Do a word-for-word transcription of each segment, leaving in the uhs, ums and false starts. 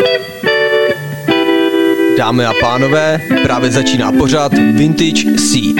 Dámy a pánové, právě začíná pořad Vintage C.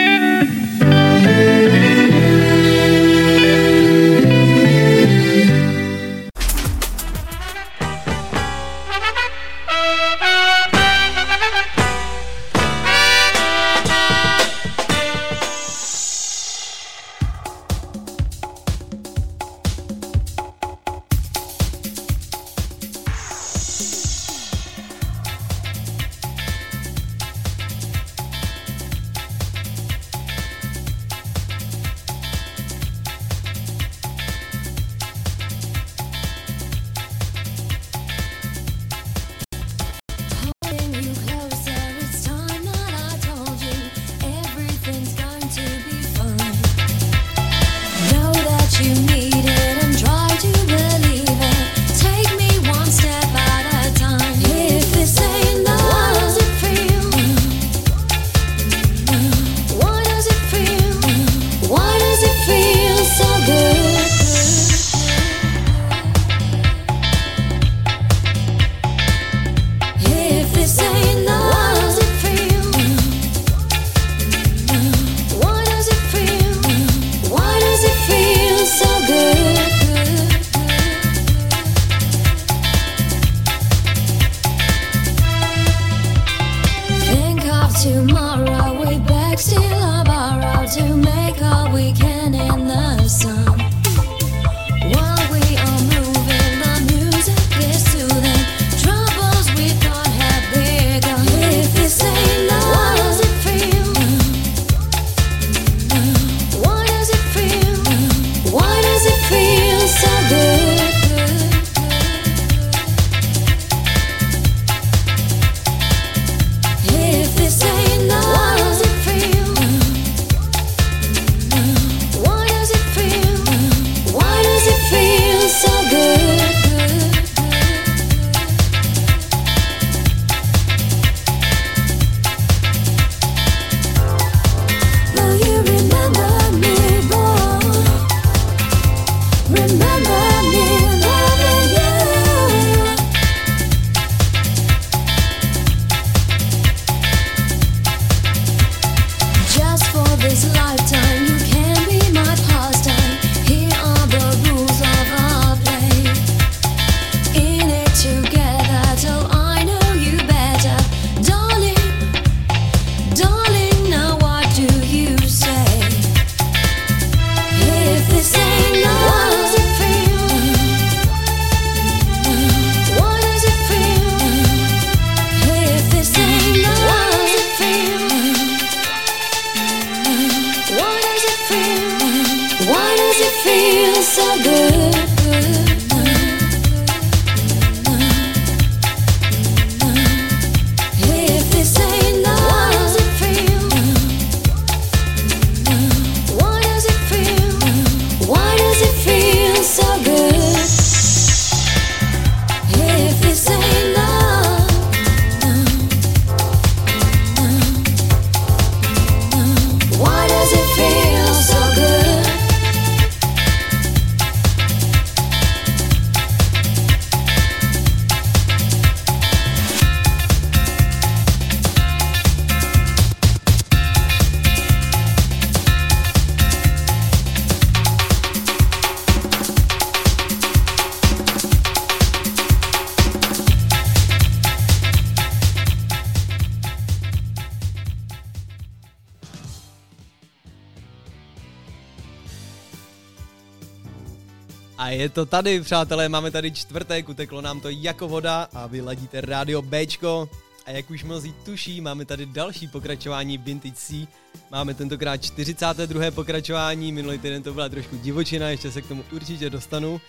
A je to tady, přátelé, máme tady čtvrtek, uteklo nám to jako voda a vy ladíte rádio Bčko. A jak už mnozí tuší, máme tady další pokračování Vintage C. Máme tentokrát čtyřicáté druhé pokračování, minulý týden to byla trošku divočina, ještě se k tomu určitě dostanu.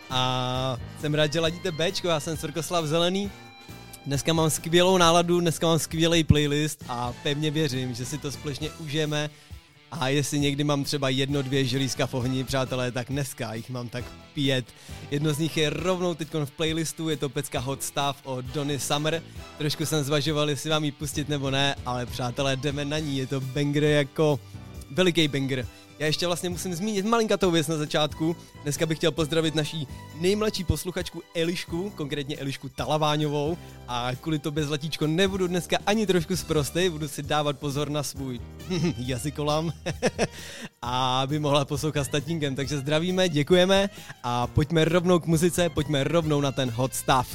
A jsem rád, že ladíte Bčko, já jsem Svrkoslav Zelený. Dneska mám skvělou náladu, dneska mám skvělý playlist a pevně věřím, že si to společně užijeme. A jestli někdy mám třeba jedno, dvě želízka v ohni, přátelé, tak dneska jich mám tak pět. Jedno z nich je rovnou teď v playlistu, je to pecka Hot Stuff od Donny Summer. Trošku jsem zvažoval, jestli vám ji pustit nebo ne, ale přátelé, jdeme na ní, je to banger jako veliký banger. Já ještě vlastně musím zmínit malinkatou věc na začátku. Dneska bych chtěl pozdravit naší nejmladší posluchačku Elišku, konkrétně Elišku Talaváňovou. A kvůli tobě, Zlatíčko, nebudu dneska ani trošku sprostej, budu si dávat pozor na svůj jazykolam a aby mohla poslouchat s tatínkem. Takže zdravíme, děkujeme a pojďme rovnou k muzice, pojďme rovnou na ten hot stuff.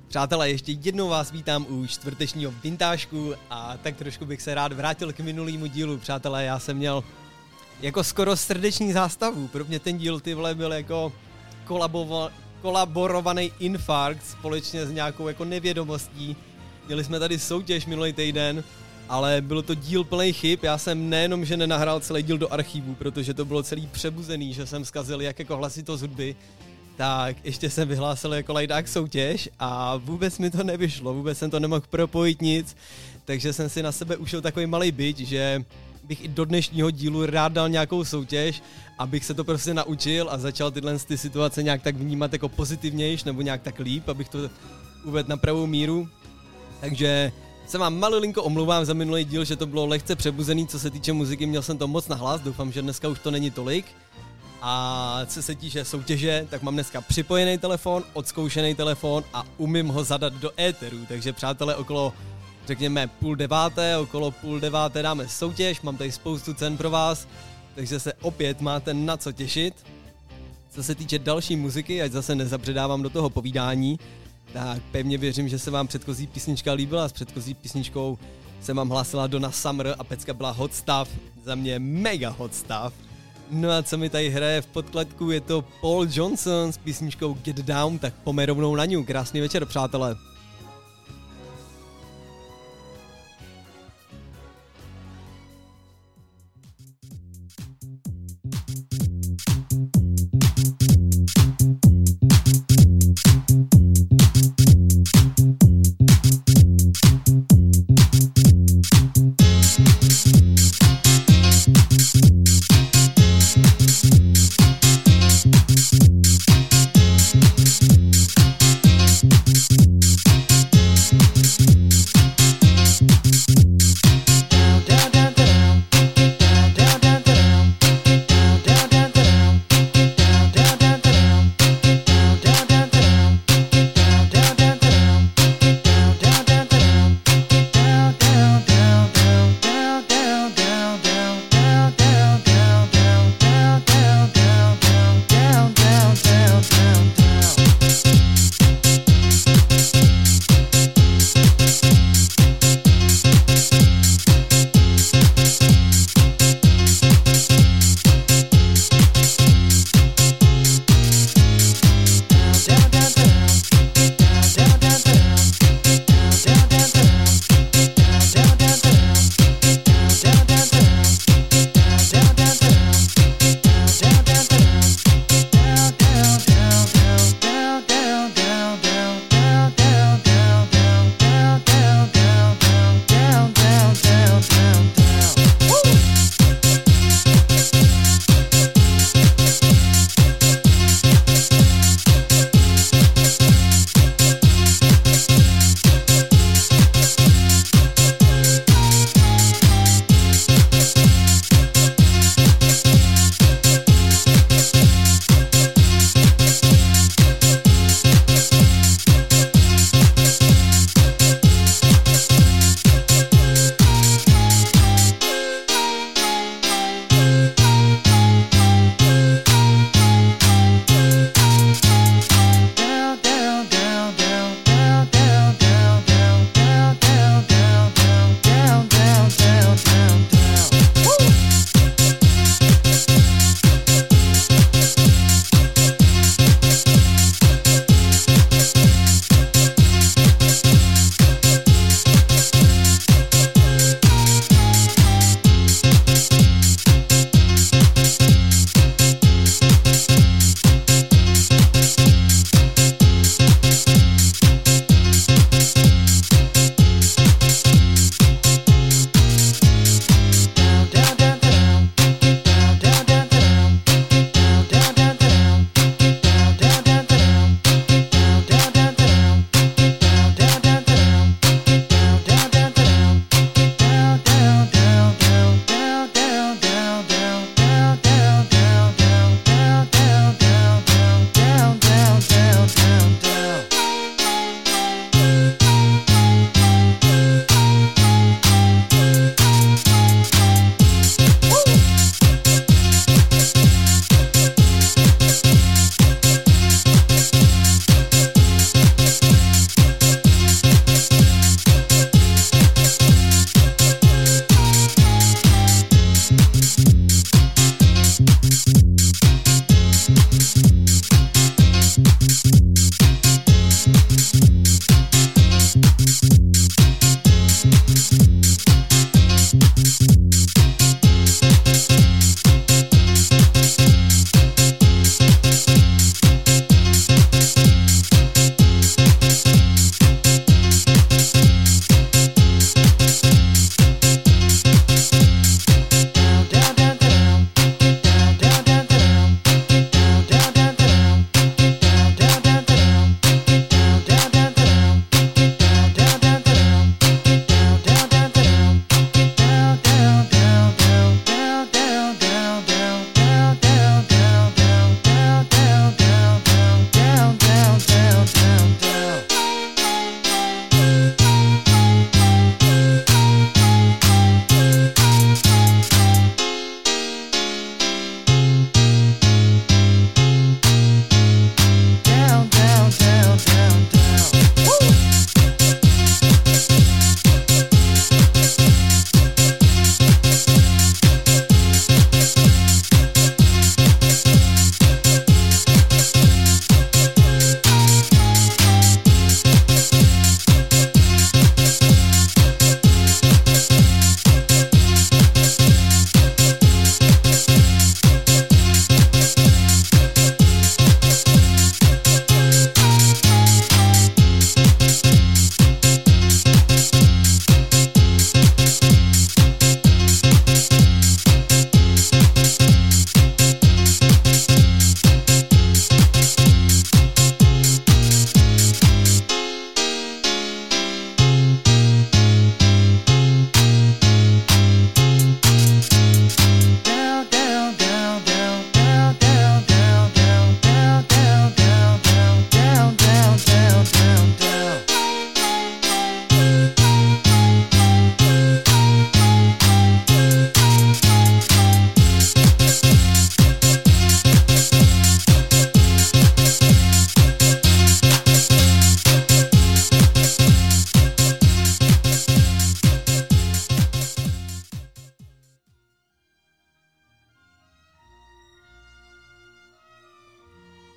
Přátelé, ještě jednou vás vítám u čtvrtečního vintážku a tak trošku bych se rád vrátil k minulému dílu. Přátelé, já jsem měl jako skoro srdeční zástavu. Pro mě ten díl ty vole byl jako kolabova- kolaborovaný infarkt společně s nějakou jako nevědomostí. Měli jsme tady soutěž minulý týden, ale bylo to díl plný chyb. Já jsem nejenom, že nenahrál celý díl do archivu, protože to bylo celý přebuzený, že jsem zkazil jak jako hlasitost hudby, tak ještě jsem vyhlásil jako lajdák soutěž a vůbec mi to nevyšlo, vůbec jsem to nemohl propojit nic, takže jsem si na sebe ušel takový malý bič, že bych i do dnešního dílu rád dal nějakou soutěž, abych se to prostě naučil a začal tyhle ty situace nějak tak vnímat jako pozitivnějš nebo nějak tak líp, abych to uvedl na pravou míru. Takže se vám malilinko omlouvám za minulý díl, že to bylo lehce přebuzený, co se týče muziky, měl jsem to moc nahlas, doufám, že dneska už to není tolik. A co se týče soutěže, tak mám dneska připojený telefon, odzkoušený telefon a umím ho zadat do éteru, takže přátelé, okolo, řekněme, půl deváté, okolo půl deváté dáme soutěž, mám tady spoustu cen pro vás, takže se opět máte na co těšit. Co se týče další muziky, ať zase nezabředávám do toho povídání, tak pevně věřím, že se vám předchozí písnička líbila, s předchozí písničkou jsem vám hlásila Donna Summer a pecka byla Hot Stuff, za mě mega hot stuff. No a co mi tady hraje v podkladku, je to Paul Johnson s písničkou Get Down, tak pojďme rovnou na ňu. Krásný večer, přátelé.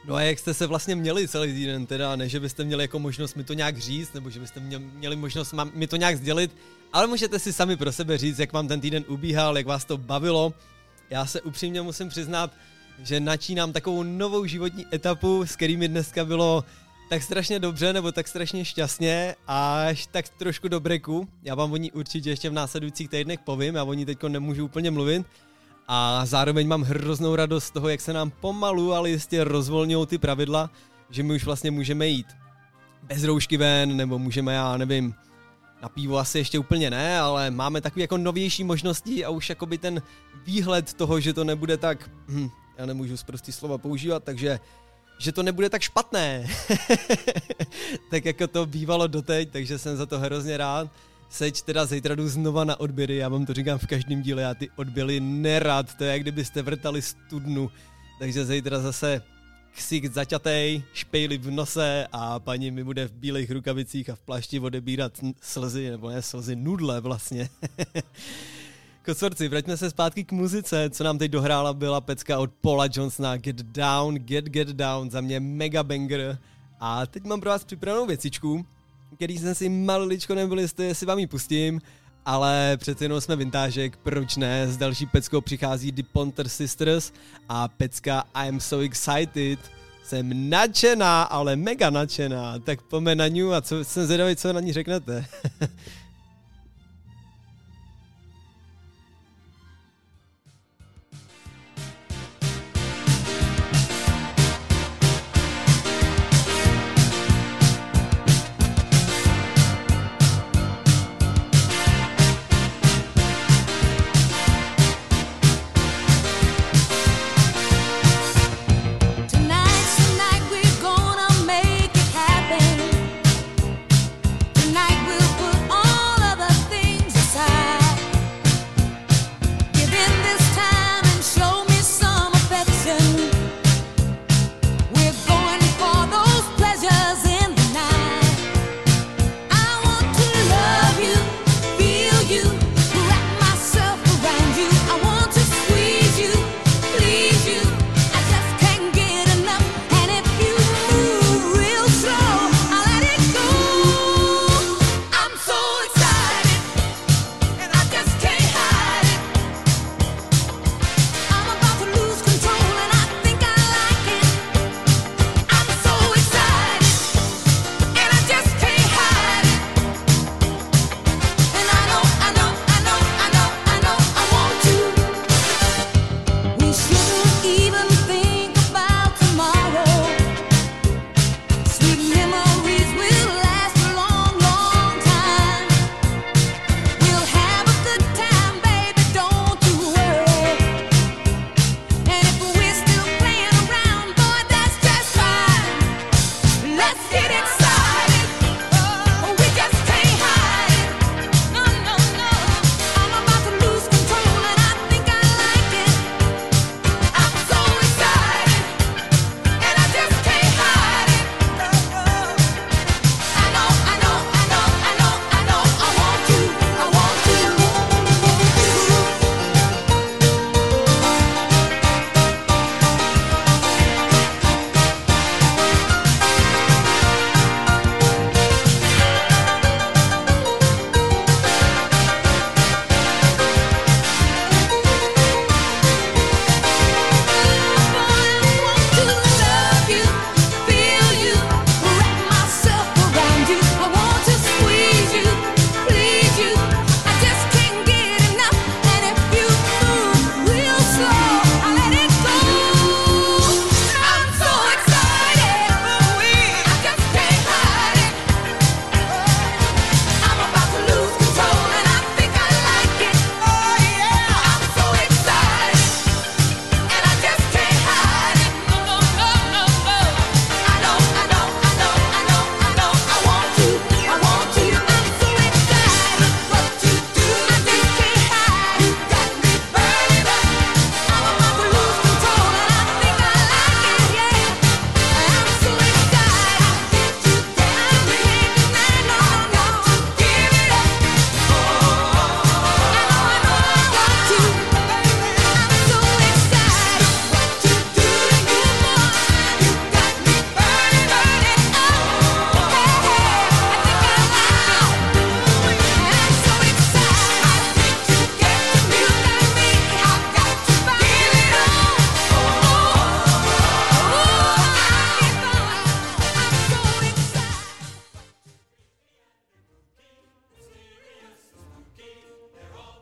No a jak jste se vlastně měli celý týden, teda ne, že byste měli jako možnost mi to nějak říct, nebo že byste měli možnost mi to nějak sdělit, ale můžete si sami pro sebe říct, jak vám ten týden ubíhal, jak vás to bavilo. Já se upřímně musím přiznat, že načínám takovou novou životní etapu, s kterými dneska bylo tak strašně dobře, nebo tak strašně šťastně, až tak trošku do breku. Já vám o ní určitě ještě v následujících týdnech povím, já o ní teďko nemůžu úplně mluvit. A zároveň mám hroznou radost z toho, jak se nám pomalu, ale jistě rozvolňují ty pravidla, že my už vlastně můžeme jít bez roušky ven, nebo můžeme, já nevím, na pivo asi ještě úplně ne, ale máme takové jako novější možnosti a už jakoby ten výhled toho, že to nebude tak, hm, já nemůžu zprostý slova používat, takže že to nebude tak špatné, tak jako to bývalo doteď, takže jsem za to hrozně rád. Seď teda zítra jdu znova na odběry, já vám to říkám v každém díle, já ty odběry nerad, to je jak kdybyste vrtali studnu, takže zítra zase ksicht zaťatej, špejly v nose a paní mi bude v bílých rukavicích a v plášti odebírat slzy, nebo ne slzy, nudle vlastně. Kocvorci, vraťme se zpátky k muzice, co nám teď dohrála byla pecka od Paula Johnsona, Get Down, Get Get Down, za mě mega banger. A teď mám pro vás připravenou věcičku, který jsem si maliličko nebyl jistý, jestli vám ji pustím, ale přece jenom jsme vintážek, proč ne, s další peckou přichází The Pointer Sisters a pecka I'm So Excited. Jsem nadšená, ale mega nadšená, tak pojďme na ní a co, jsem zvědavý, co na ní řeknete.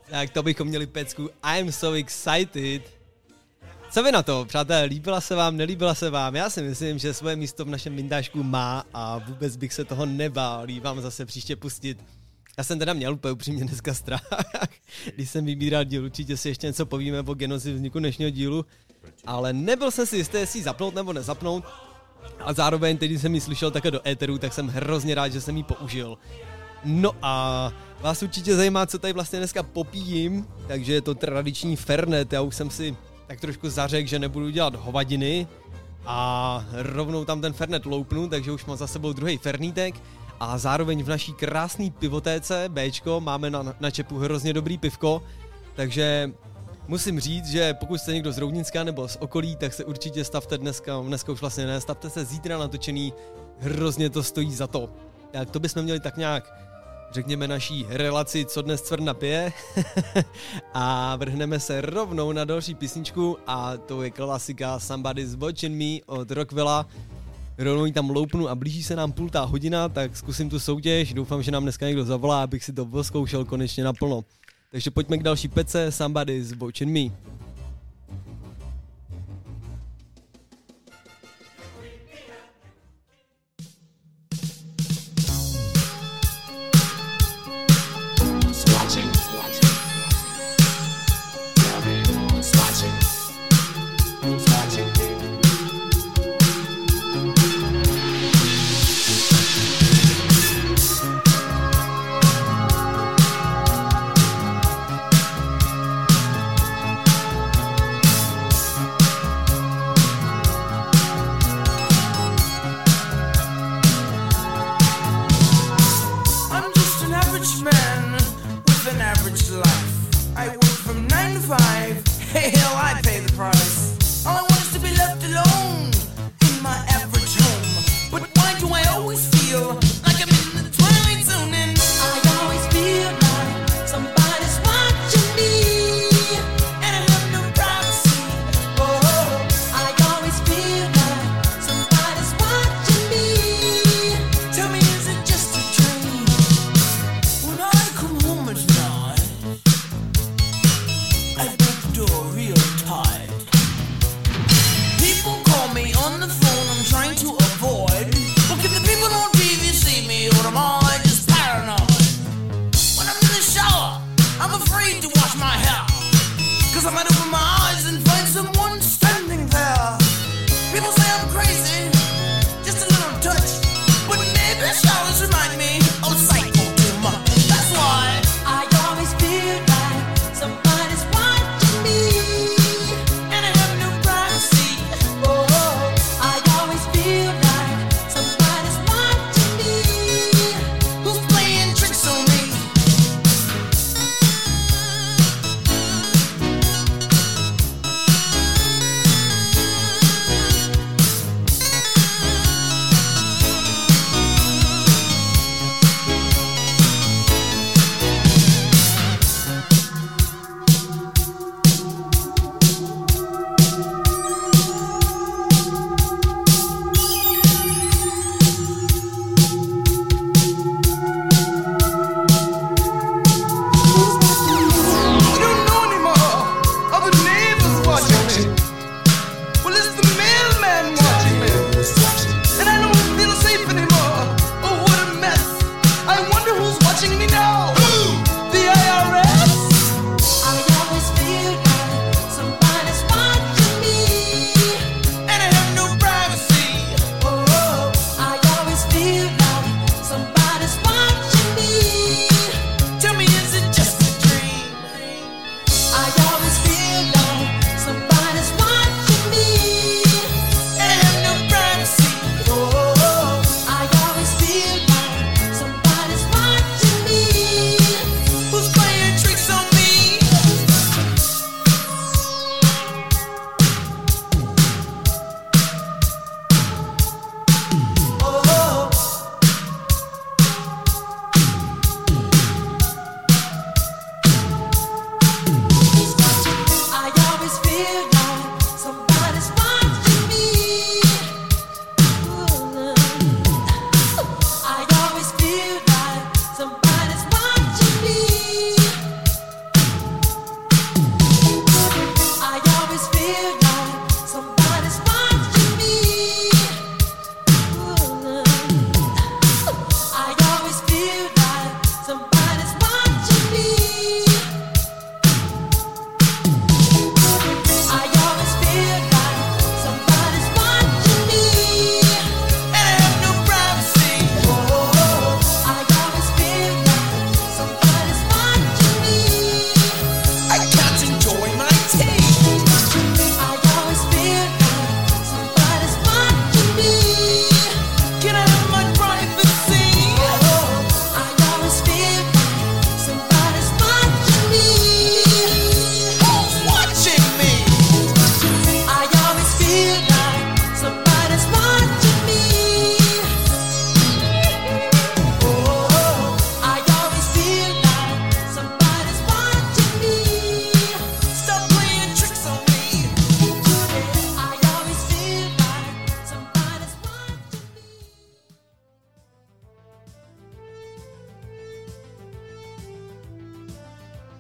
Tak to bychom měli pecku. I'm so excited. Co vy na to, přátelé? Líbila se vám, nelíbila se vám? Já si myslím, že svoje místo v našem vintážku má a vůbec bych se toho nebál jí vám zase příště pustit. Já jsem teda měl úplně upřímně dneska strach, když jsem vybíral díl, určitě si ještě něco povíme o genozi vzniku dnešního dílu, ale nebyl jsem si jistý, jestli ji zapnout nebo nezapnout a zároveň teď, když jsem ji slyšel také do éteru, tak jsem hrozně rád, že jsem ji použil. No a vás určitě zajímá, co tady vlastně dneska popijím, takže je to tradiční fernet, já už jsem si tak trošku zařekl, že nebudu dělat hovadiny a rovnou tam ten fernet loupnu, takže už mám za sebou druhý fernítek a zároveň v naší krásné pivotéce Bčko máme na, na čepu hrozně dobrý pivko, takže musím říct, že pokud jste někdo z Roudnicka nebo z okolí, tak se určitě stavte dneska, dneska už vlastně ne, stavte se zítra natočený, hrozně to stojí za to. Tak to bychom měli tak nějak, řekněme, naší relaci, co dnes Cvrna pije a vrhneme se rovnou na další písničku a to je klasika Somebody's Watching Me od Rockwella. Rovnou ji tam loupnu a blíží se nám půltá hodina, tak zkusím tu soutěž, doufám, že nám dneska někdo zavolá, abych si to vyzkoušel konečně naplno. Takže pojďme k další pece, Somebody's Watching Me. Hey, hell, I pay the price. All I want is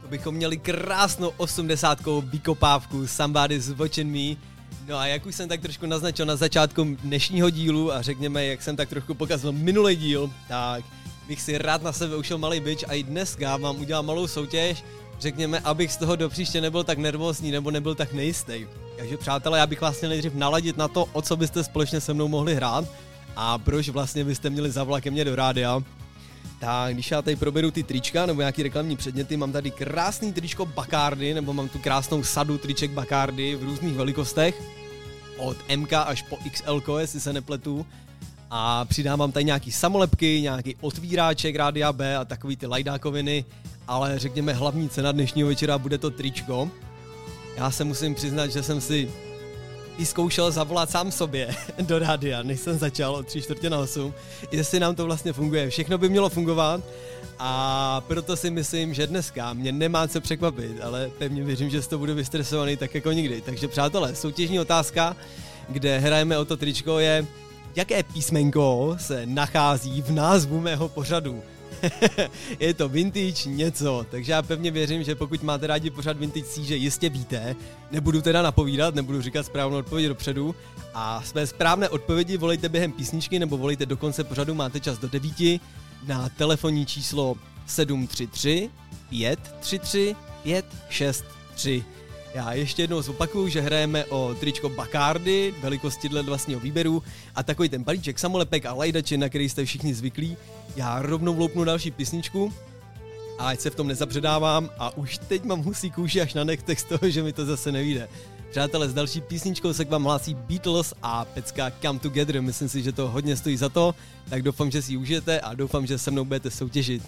bychom měli krásnou osmdesátkovou vykopávku Somebody's Watching Me. No a jak už jsem tak trošku naznačil na začátku dnešního dílu a řekněme, jak jsem tak trošku pokazil minulý díl, tak bych si rád na sebe ušel malý bič a i dneska vám udělal malou soutěž, řekněme, abych z toho do příště nebyl tak nervózní nebo nebyl tak nejistý. Takže přátelé, já bych vás měl nejdřív naladit na to, o co byste společně se mnou mohli hrát a proč vlastně byste měli zavolat ke mně do rádia. Tak když já tady proberu ty trička nebo nějaký reklamní předměty, mám tady krásný tričko Bacardi, nebo mám tu krásnou sadu triček Bacardi v různých velikostech, od M K až po X L, jestli se nepletu. A přidávám tady nějaký samolepky, nějaký otvíráček Rádia B a takový ty lajdákoviny, ale řekněme hlavní cena dnešního večera bude to tričko. Já se musím přiznat, že jsem si i zkoušel zavolat sám sobě do rádia, než jsem začal o tři čtvrtě na osm, jestli nám to vlastně funguje. Všechno by mělo fungovat a proto si myslím, že dneska mě nemá co překvapit, ale pevně věřím, že z toho budu vystresovaný tak jako nikdy. Takže přátelé, soutěžní otázka, kde hrajeme o to tričko je, jaké písmenko se nachází v názvu mého pořadu. Je to vintage něco, takže já pevně věřím, že pokud máte rádi pořad Vintage C, že jistě víte, nebudu teda napovídat, nebudu říkat správnou odpověď dopředu a své správné odpovědi volejte během písničky nebo volejte do konce pořadu, máte čas do devíti na telefonní číslo sedm tři tři pět tři tři pět šest tři. Já ještě jednou zopakuju, že hrajeme o tričko Bacardi, velikosti dle vlastního výběru a takový ten balíček samolepek a lajdače, na který jste všichni zvyklí. Já rovnou vloupnu další písničku a ať se v tom nezapředávám a už teď mám husí kůži až na nechtech z toho, že mi to zase nevyjde. Přátelé, s další písničkou se k vám hlásí Beatles a pecka Come Together. Myslím si, že to hodně stojí za to, tak doufám, že si ji užijete a doufám, že se mnou budete soutěžit.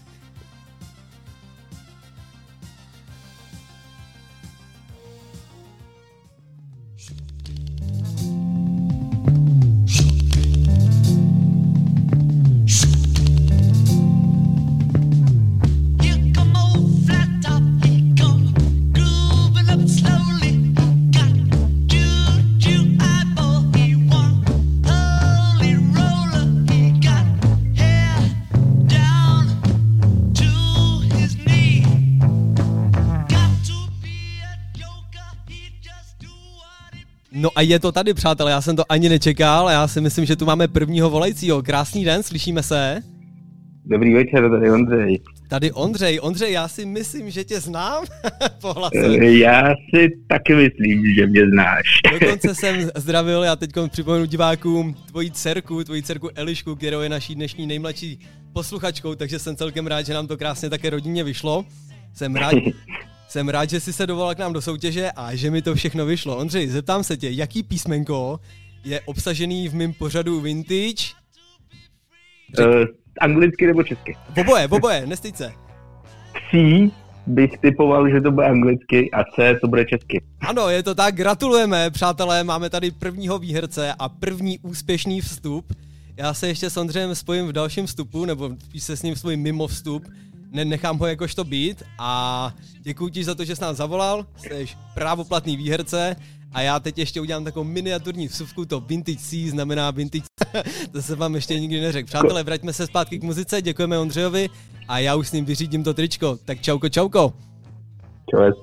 No a je to tady, přátelé, já jsem to ani nečekal, já si myslím, že tu máme prvního volajícího. Krásný den, slyšíme se? Dobrý večer, tady Ondřej. Tady Ondřej, Ondřej, já si myslím, že tě znám po hlase. Já si taky myslím, že mě znáš. Dokonce jsem zdravil, já teď připomenu divákům tvoji dcerku, tvoji dcerku Elišku, kterou je naší dnešní nejmladší posluchačkou, takže jsem celkem rád, že nám to krásně také rodině vyšlo. Jsem rád, jsem rád, že jsi se dovolal k nám do soutěže a že mi to všechno vyšlo. Ondřej, zeptám se tě, jaký písmenko je obsažený v mém pořadu Vintage? Řek... Uh, anglicky nebo česky? Oboje, oboje, nestyď se. C bych typoval, že to bude anglicky a C to bude česky. Ano, je to tak, gratulujeme, přátelé, máme tady prvního výherce a první úspěšný vstup. Já se ještě s Ondřejem spojím v dalším vstupu, nebo spíš se s ním spojím mimo vstup. Nenechám ho jakožto být a děkuji ti za to, že jsi nám zavolal, jsi právoplatný výherce a já teď ještě udělám takovou miniaturní vsuvku, to Vintage C znamená Vintage to se vám ještě nikdy neřekl. Přátelé, vraťme se zpátky k muzice, děkujeme Ondřejovi a já už s ním vyřídím to tričko, tak čauko, čauko. Čau.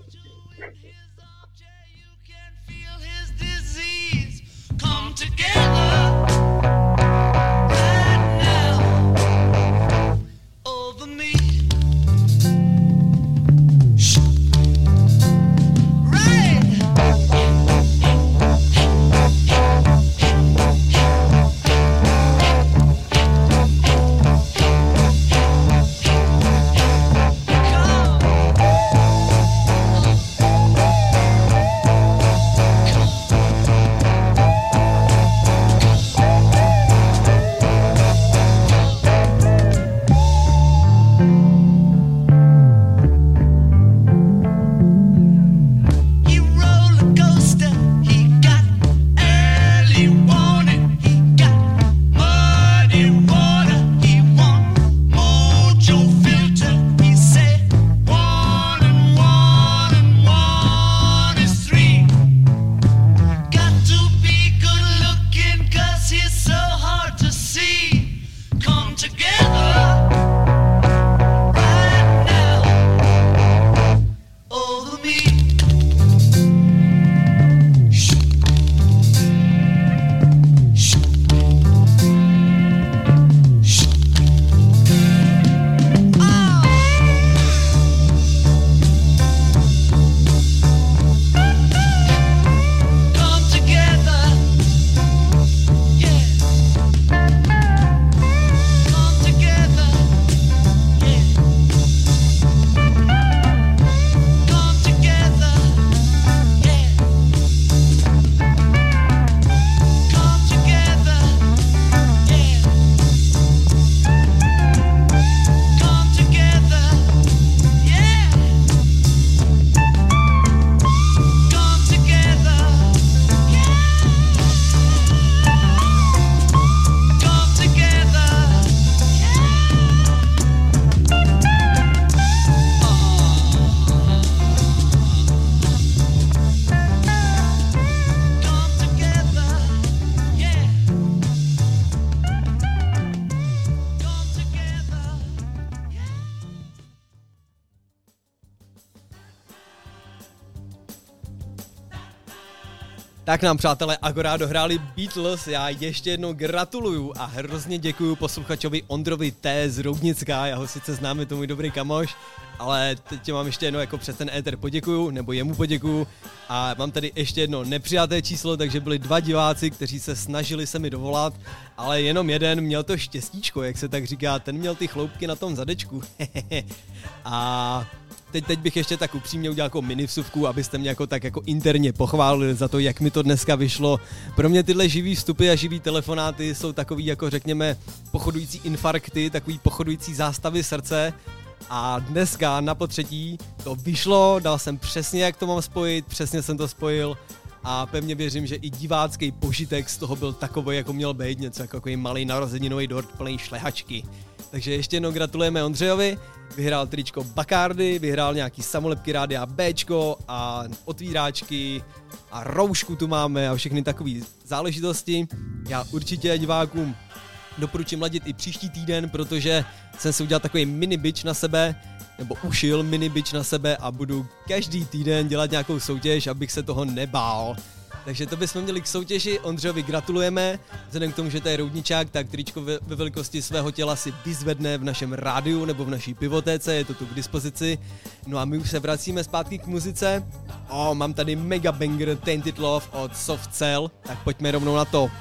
Tak nám, přátelé, akorát dohráli Beatles, já ještě jednou gratuluju a hrozně děkuju posluchačovi Ondrovi T. z Roudnicka, já ho sice znám, je to můj dobrý kamoš, ale teď tě mám ještě jednou jako přes ten éter poděkuju, nebo jemu poděkuju a mám tady ještě jedno nepřijaté číslo, takže byli dva diváci, kteří se snažili se mi dovolat, ale jenom jeden měl to štěstíčko, jak se tak říká, ten měl ty chloupky na tom zadečku. A teď, teď bych ještě tak upřímně udělal jako mini vsuvku, abyste mě jako tak jako interně pochválili za to, jak mi to dneska vyšlo. Pro mě tyhle živý vstupy a živý telefonáty jsou takový jako řekněme pochodující infarkty, takový pochodující zástavy srdce. A dneska na potřetí to vyšlo, dal jsem přesně, jak to mám spojit, přesně jsem to spojil a pevně věřím, že i divácký požitek z toho byl takový, jako měl být, něco jako takový malý narozeninový dort plný šlehačky. Takže ještě jednou gratulujeme Ondřejovi, vyhrál tričko Bacardi, vyhrál nějaký samolepky Rádia Bčko a otvíráčky a roušku tu máme a všechny takové záležitosti. Já určitě divákům doporučím ladit i příští týden, protože jsem si udělal takový mini bitch na sebe, nebo ušil mini bitch na sebe a budu každý týden dělat nějakou soutěž, abych se toho nebál. Takže to bychom měli k soutěži, Ondřejovi gratulujeme, vzhledem k tomu, že to je roudničák, tak tričko ve, ve velikosti svého těla si vyzvedne v našem rádiu nebo v naší pivotéce, je to tu k dispozici. No a my už se vracíme zpátky k muzice. O, mám tady mega banger Tainted Love od Soft Cell, tak pojďme rovnou na to.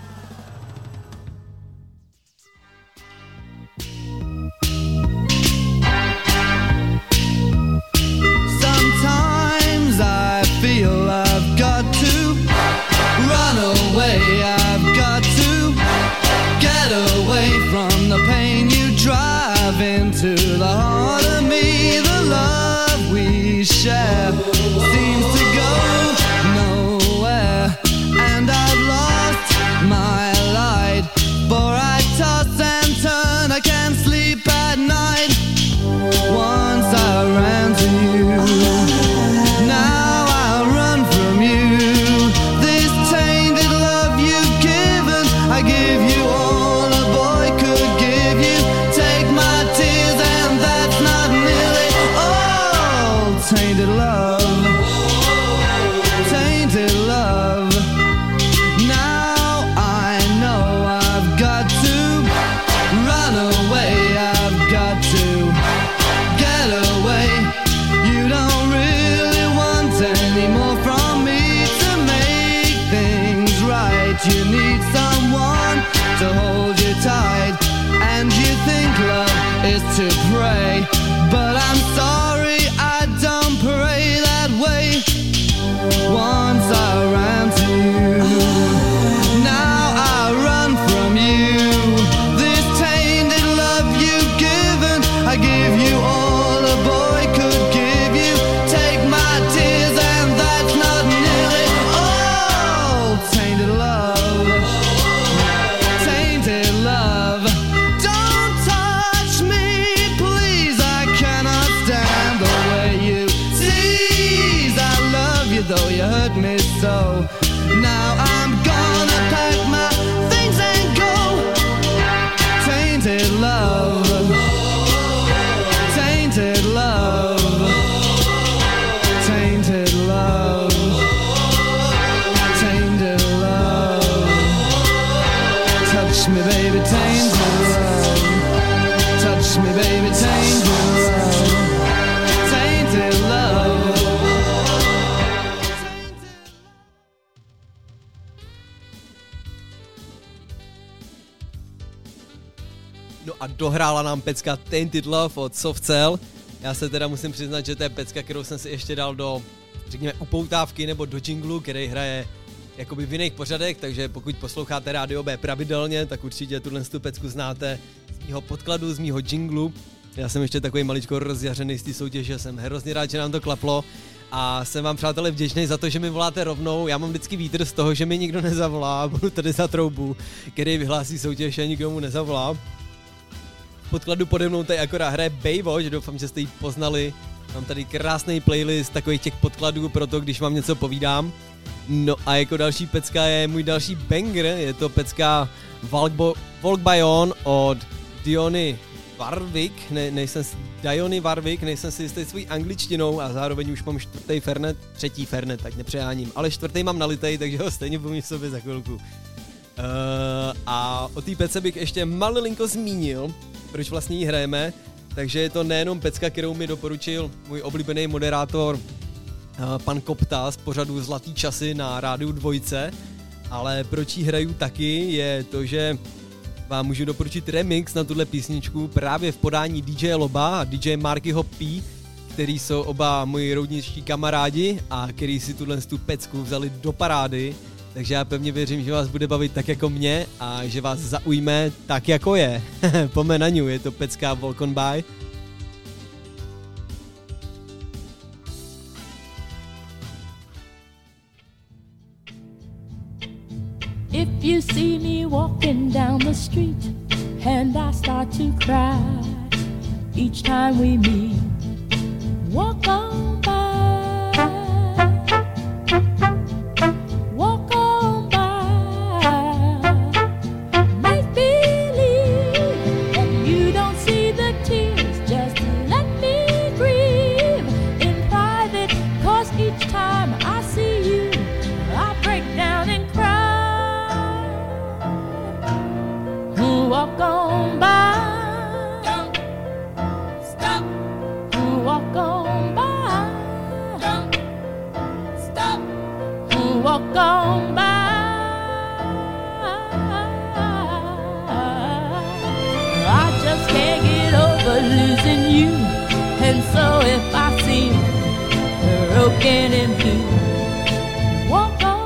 Sometimes I feel I've got to run away, I've got to get away from the pain you drive into the heart of me. The love we share seems to go nowhere, and I've lost my light, for I toss and turn, I can't sleep at night. Once I ran to you, now I run from you. This tainted love you've given, I give you all a boy could give you. Take my tears and that's not nearly all. Tainted love, tainted love. Now I know I've got to run away, I've got to get away. You don't really want any more from me to make things right. You need someone to hold you tight, and you think love is to pray, but I'm sorry, I don't pray that way. Once I ran to you, now I run from you. This tainted love you've given, I give you all a boy could give you. Take my tears and that's not nearly all. Tainted love, tainted love. Don't touch me, please, I cannot stand the way you tease. I love you though you hurt me so. Now I'm gonna pack my things and go. Tainted love, tainted love, tainted love, tainted love. Touch me baby, tainted love. Touch me baby, tainted love. Tainted love. No a dohrála nám pecka Tainted Love od Soft Cell. Já se teda musím přiznat, že to je pecka, kterou jsem si ještě dal do, řekněme, upoutávky nebo do jinglu, který hraje jakoby v jiných pořadech, takže pokud posloucháte Rádio B pravidelně, tak určitě tuhle tu pecku znáte z mýho podkladu, z mýho jinglu. Já jsem ještě takový maličko rozjařený z té soutěže, jsem hrozně rád, že nám to klaplo a jsem vám, přátelé, vděčný za to, že mi voláte rovnou. Já mám vždycky vítr z toho, že mi nikdo nezavolá, budu tady za troubu, který vyhlásí soutěž a nikdo mu nezavolá. V podkladu pode mnou tady akorát hraje Baywatch, doufám, že jste ji poznali. Mám tady krásný playlist takových těch podkladů pro to, když vám něco povídám. No a jako další pecka je můj další banger, je to pecka Walk, Bo- Walk By On od Diony Warwick, ne, nejsem si, Diony Warwick, nejsem si jistý svojí angličtinou a zároveň už mám čtvrtý Fernet, třetí Fernet, tak nepřeháním, ale čtvrtý mám nalitej, takže ho stejně budu v sobě za chvilku. Uh, a o té pece bych ještě malinko zmínil, proč vlastně ji hrajeme, takže je to nejenom pecka, kterou mi doporučil můj oblíbený moderátor uh, pan Kopta z pořadu Zlatý časy na Rádiu Dvojce, ale proč ji hraju taky je to, že vám můžu doporučit remix na tuhle písničku právě v podání D J Loba a D J Markyho P, který jsou oba moji roudničtí kamarádi a který si tuhle tu pecku vzali do parády, takže já pevně věřím, že vás bude bavit tak jako mě a že vás zaujme tak jako je. Pome na ňu, je to pecka Walk on By. If you see me walking down the street and I start to cry each time we meet, walk on by, walk on by, make believe that you don't see the tears, just let me grieve in private, cause each time I see you I break down and cry. Walk on by, don't stop. Walk on by, don't stop. Walk on by. I just can't get over losing you, and so if I seem broken and blue, walk on.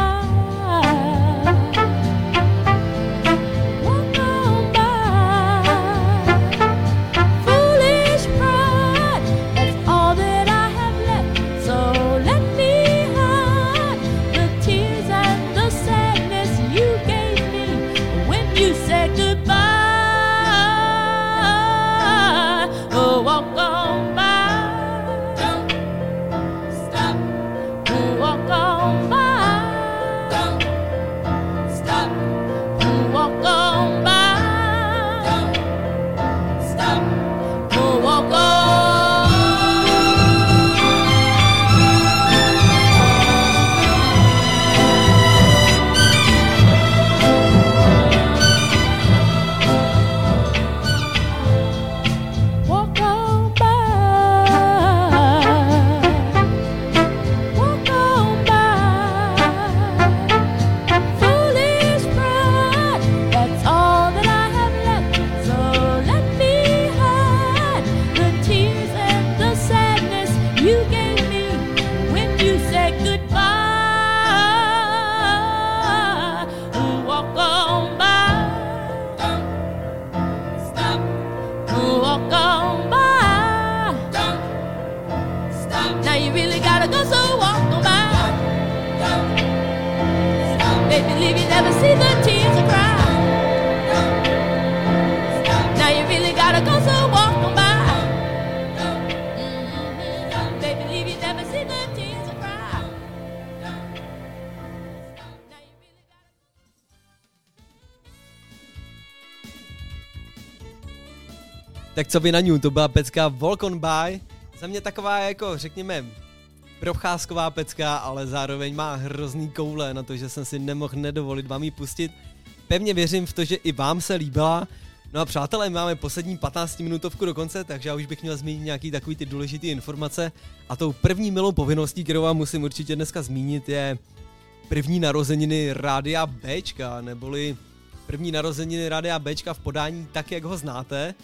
Tak co vy na ňu, to byla pecka Walk on By, za mě taková jako řekněme procházková pecka, ale zároveň má hrozný koule na to, že jsem si nemohl nedovolit vám ji pustit. Pevně věřím v to, že i vám se líbila. No a přátelé, máme poslední patnáctiminutovku do konce, takže já už bych měl zmínit nějaký takový ty důležité informace. A tou první milou povinností, kterou vám musím určitě dneska zmínit, je první narozeniny Rádia Bčka, neboli první narozeniny Rádia Bčka v podání tak, jak ho znáte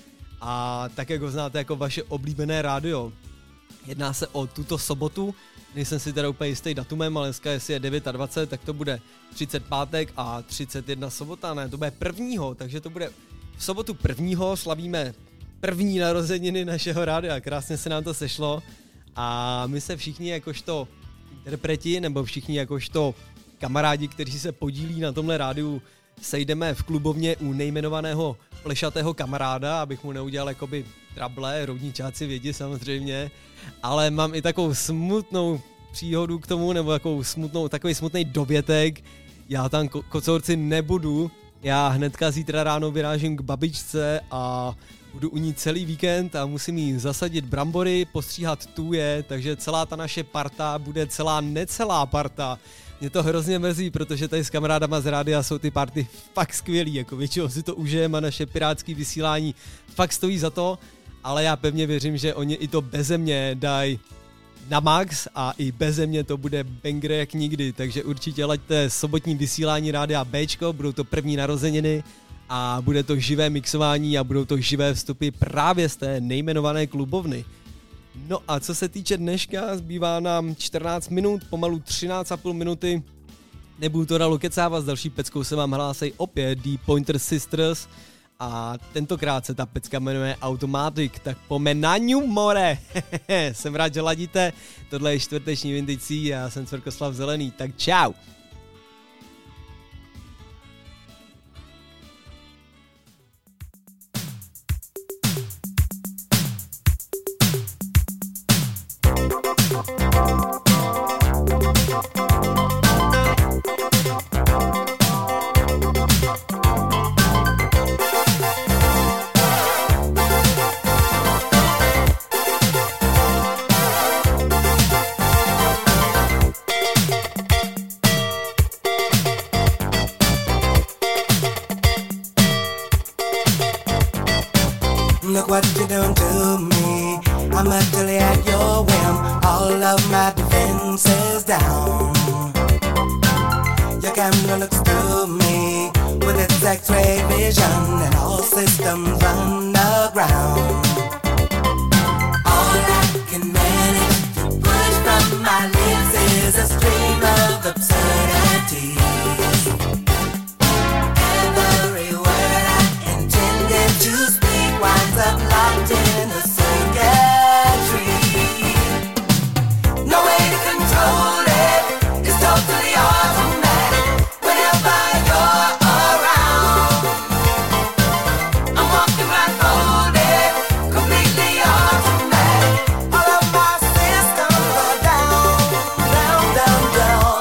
a tak, jak ho znáte jako vaše oblíbené rádio. Jedná se o tuto sobotu, nejsem si teda úplně jistý datumem, ale dneska jestli je dvacet devět, tak to bude třicet pátek a třicet jedna sobota, ne, to bude prvního, takže to bude v sobotu prvního, slavíme první narozeniny našeho rádia, krásně se nám to sešlo a my se všichni jakožto interpreti nebo všichni jakožto kamarádi, kteří se podílí na tomhle rádiu, sejdeme v klubovně u nejmenovaného plešatého kamaráda, abych mu neudělal jakoby trable, roudničáci vědí samozřejmě, ale mám i takovou smutnou příhodu k tomu, nebo takovou smutnou, takový smutný dovětek, já tam ko- kocourci nebudu, já hnedka zítra ráno vyrážím k babičce a Budu u ní celý víkend a musím jí zasadit brambory, postříhat tůje, takže celá ta naše parta bude celá necelá parta. Mě to hrozně mrzí, protože tady s kamarádama z rádia jsou ty party fakt skvělý, jako většinou si to užijeme a naše pirátské vysílání fakt stojí za to, ale já pevně věřím, že oni i to beze mě dají na max a i beze mě to bude banger jak nikdy, takže určitě laďte sobotní vysílání rádia Bčko, budou to první narozeniny a bude to živé mixování a budou to živé vstupy právě z té nejmenované klubovny. No a co se týče dneška, zbývá nám čtrnáct minut, pomalu třináct a půl minuty. Nebudu to dalo kecávat, s další peckou se vám hlásej opět The Pointer Sisters a tentokrát se ta pecka jmenuje Automatic, tak pomenaňu more. Jsem rád, že ladíte, tohle je čtvrteční Vintage, já jsem Cvrkoslav Zelený, tak čau. Look what you done to me. I'm utterly at your whim. All of my defenses down. Your camera looks through me with its X-ray vision, and all systems run aground. All I can manage to push from my lips is a stream of absurdities. Every word I intended to speak winds up locked in a circuitry. No way to control it, it's totally automatic. Whenever you're around, I'm walking right folded, completely automatic. All of my systems are down, down, down, down.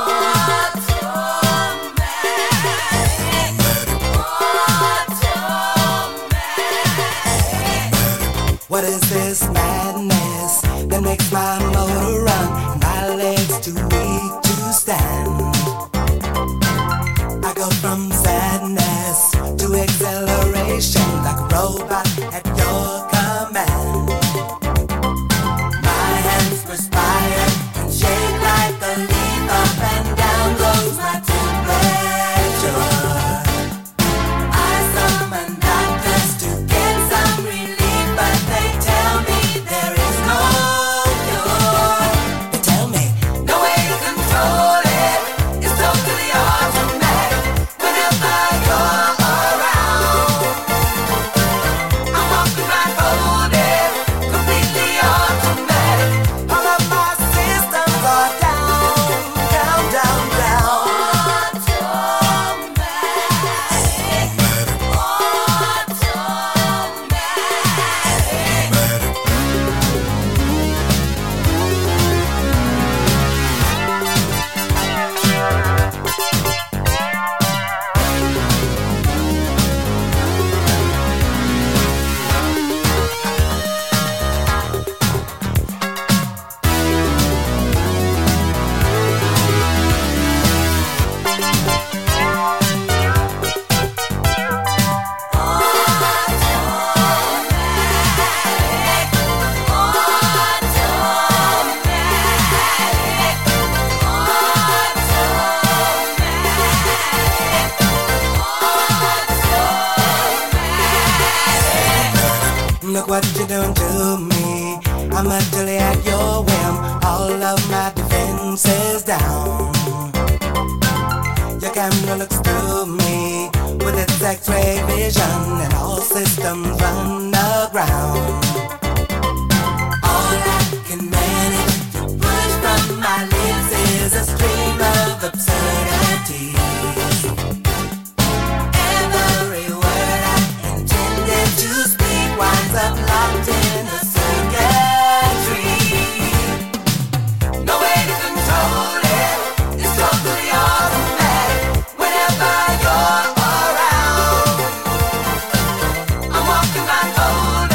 What is this madness that makes my motor run? My legs too weak to stand. I go from sadness to acceleration like a robot at your command. My hands perspire and shake like a leaf. Up and down goes my temperature. I summon doctors to get some relief, but they tell me there is no cure. They tell me no way to control it, it's totally automatic. Whenever you're around, I'm walking right folded, completely automatic. All of my systems are down, down, down, down. Look what you done to me. I'm utterly at your whim. All of my defenses down. Your camera looks through me with its X-ray vision, and all systems run aground. All I can manage to push from my lips is a stream of absurdities. Every word I intended to speak winds up locked in a circuitry. No way to control it, it's totally automatic. Whenever you're around, I'm walking right folded.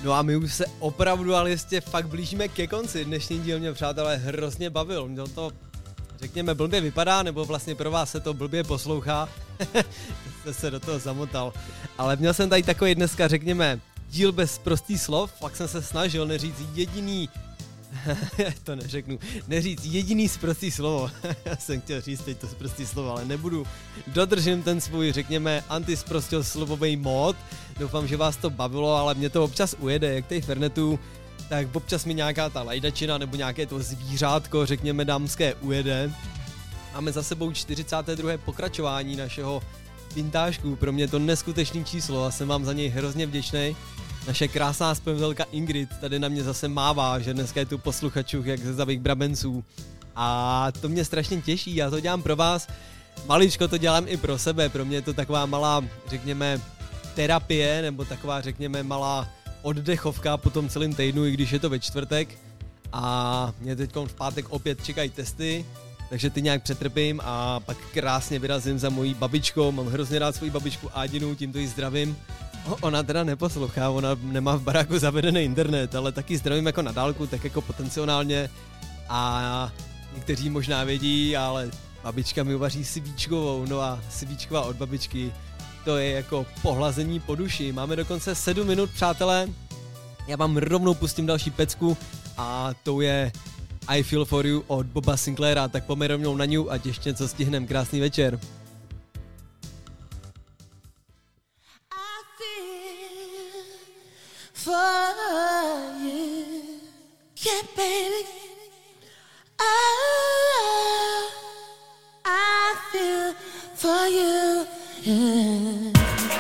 No a my už se opravdu ale jistě fakt blížíme ke konci. Dnešní díl mě, přátelé, hrozně bavil. Měl to, řekněme, blbě vypadá, nebo vlastně pro vás se to blbě poslouchá. Jste se do toho zamotal. Ale měl jsem tady takový dneska, řekněme, díl bez prostých slov. Fakt jsem se snažil neříct jediný... to neřeknu. Neříct jediný sprostý slovo. Já jsem chtěl říct teď to sprostý slovo, ale nebudu. Dodržím ten svůj, řekněme, antisprostěslovový mód. Doufám, že vás to bavilo, ale mě to občas ujede, jak tady v Fernetu, tak občas mi nějaká ta lajdačina nebo nějaké to zvířátko, řekněme, dámské ujede. Máme za sebou čtyřicáté druhé pokračování našeho vintážku. Pro mě je to neskutečný číslo a jsem vám za něj hrozně vděčný. Naše krásná zpěvatelka Ingrid tady na mě zase mává, že dneska je tu posluchačů jak ze Zavých Brabenců. A to mě strašně těší, já to dělám pro vás. Maličko to dělám i pro sebe, pro mě je to taková malá, řekněme, terapie, nebo taková, řekněme, malá oddechovka po tom celém týdnu, i když je to ve čtvrtek. A mě teď v pátek opět čekají testy, takže ty nějak přetrpím a pak krásně vyrazím za mojí babičkou. Mám hrozně rád svoji babičku Ádinu, tímto ji zdravím. Ona teda neposlouchá, ona nemá v baráku zavedený internet, ale taky zdravím jako na dálku, tak jako potenciálně. A někteří možná vědí, ale babička mi uvaří svíčkovou, no a svíčková od babičky, to je jako pohlazení po duši. Máme dokonce sedm minut, přátelé. Já vám rovnou pustím další pecku a to je I Feel For You od Boba Sinclaira, tak pojďme rovnou na ňu a ještě něco stihnem. Krásný večer. For you, yeah, baby. Oh, I feel for you. Yeah.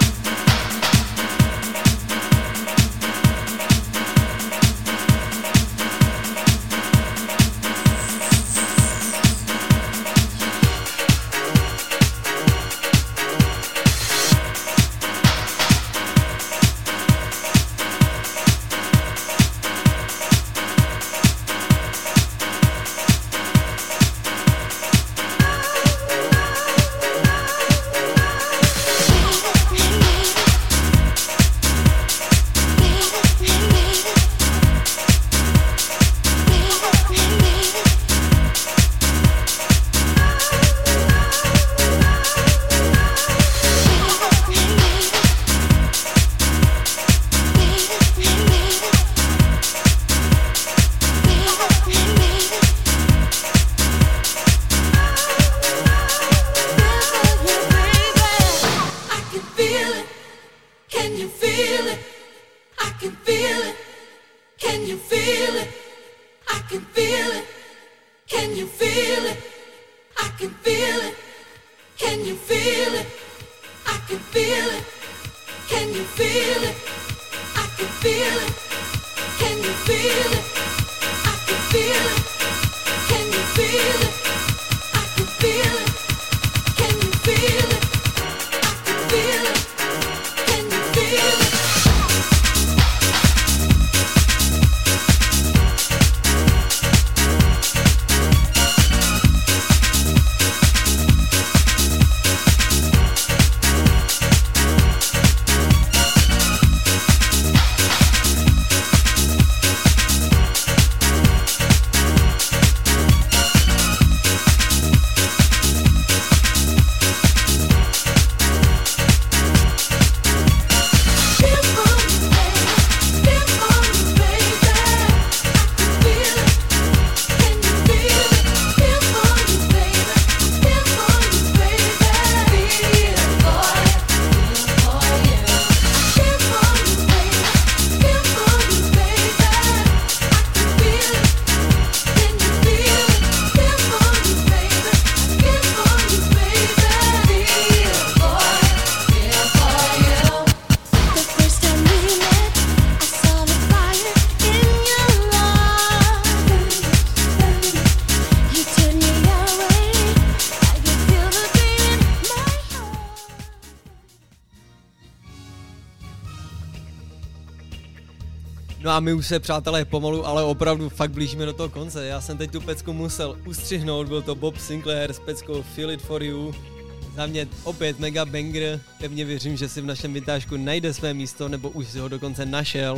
No a my už se, přátelé, pomalu, ale opravdu fakt blížíme do toho konce. Já jsem teď tu pecku musel ustřihnout, byl to Bob Sinclair s peckou Feel It For You. Za mě opět mega banger, pevně věřím, že si v našem vintážku najde své místo, nebo už si ho dokonce našel.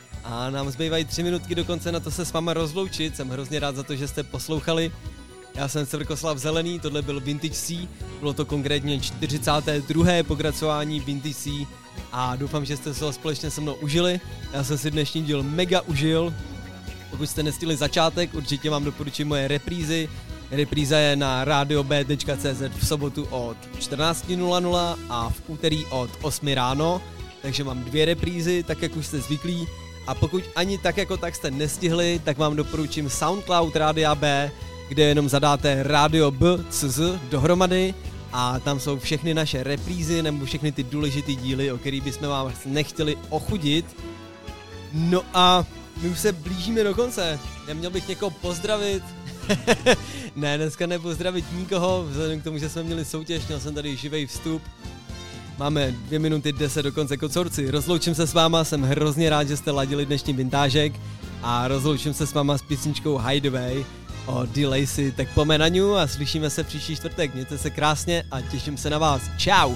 A nám zbývají tři minutky do konce na to se s váma rozloučit. Jsem hrozně rád za to, že jste poslouchali. Já jsem Svrkoslav Zelený, tohle byl Vintage C, bylo to konkrétně čtyřicáté druhé pokračování Vintage C a doufám, že jste se ho společně se mnou užili. Já jsem si dnešní díl mega užil. Pokud jste nestihli začátek, určitě vám doporučím moje reprízy. Repríza je na radio b tečka c z v sobotu od čtrnáct nula nula a v úterý od osm ráno, takže mám dvě reprízy, tak jak už jste zvyklí. A pokud ani tak jako tak jste nestihli, tak vám doporučím SoundCloud Rádia B, kde jenom zadáte Radio B C Z dohromady a tam jsou všechny naše reprízy nebo všechny ty důležitý díly, o kterých bychom vám nechtěli ochudit. No a my už se blížíme do konce. Neměl bych někoho pozdravit. Ne, dneska nepozdravit nikoho, vzhledem k tomu, že jsme měli soutěž, měl jsem tady živej vstup. Máme dvě minuty deset do konce, kocourci. Rozloučím se s váma, jsem hrozně rád, že jste ladili dnešní vintážek a rozloučím se s váma s písničkou Hideaway o D. Lacy. Tak pojďme na ňu a slyšíme se příští čtvrtek. Mějte se krásně a těším se na vás. Čau!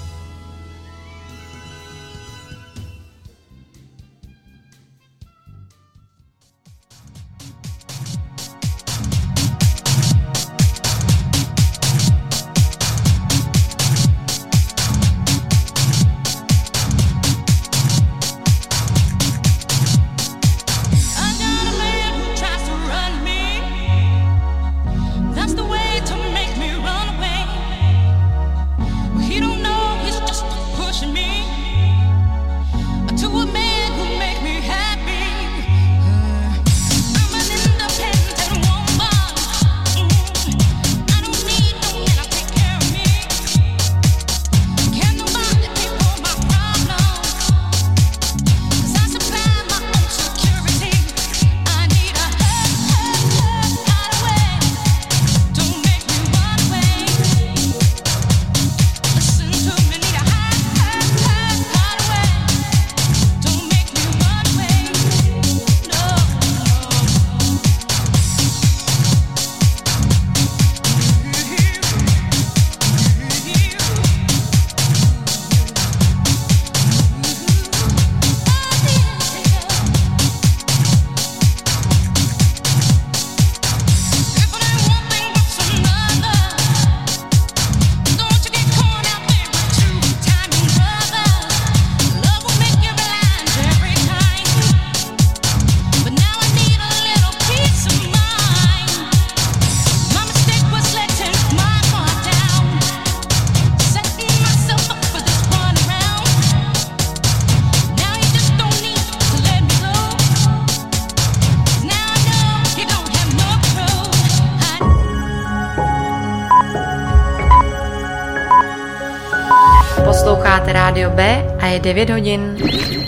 Posloucháte Rádio B a je devět hodin.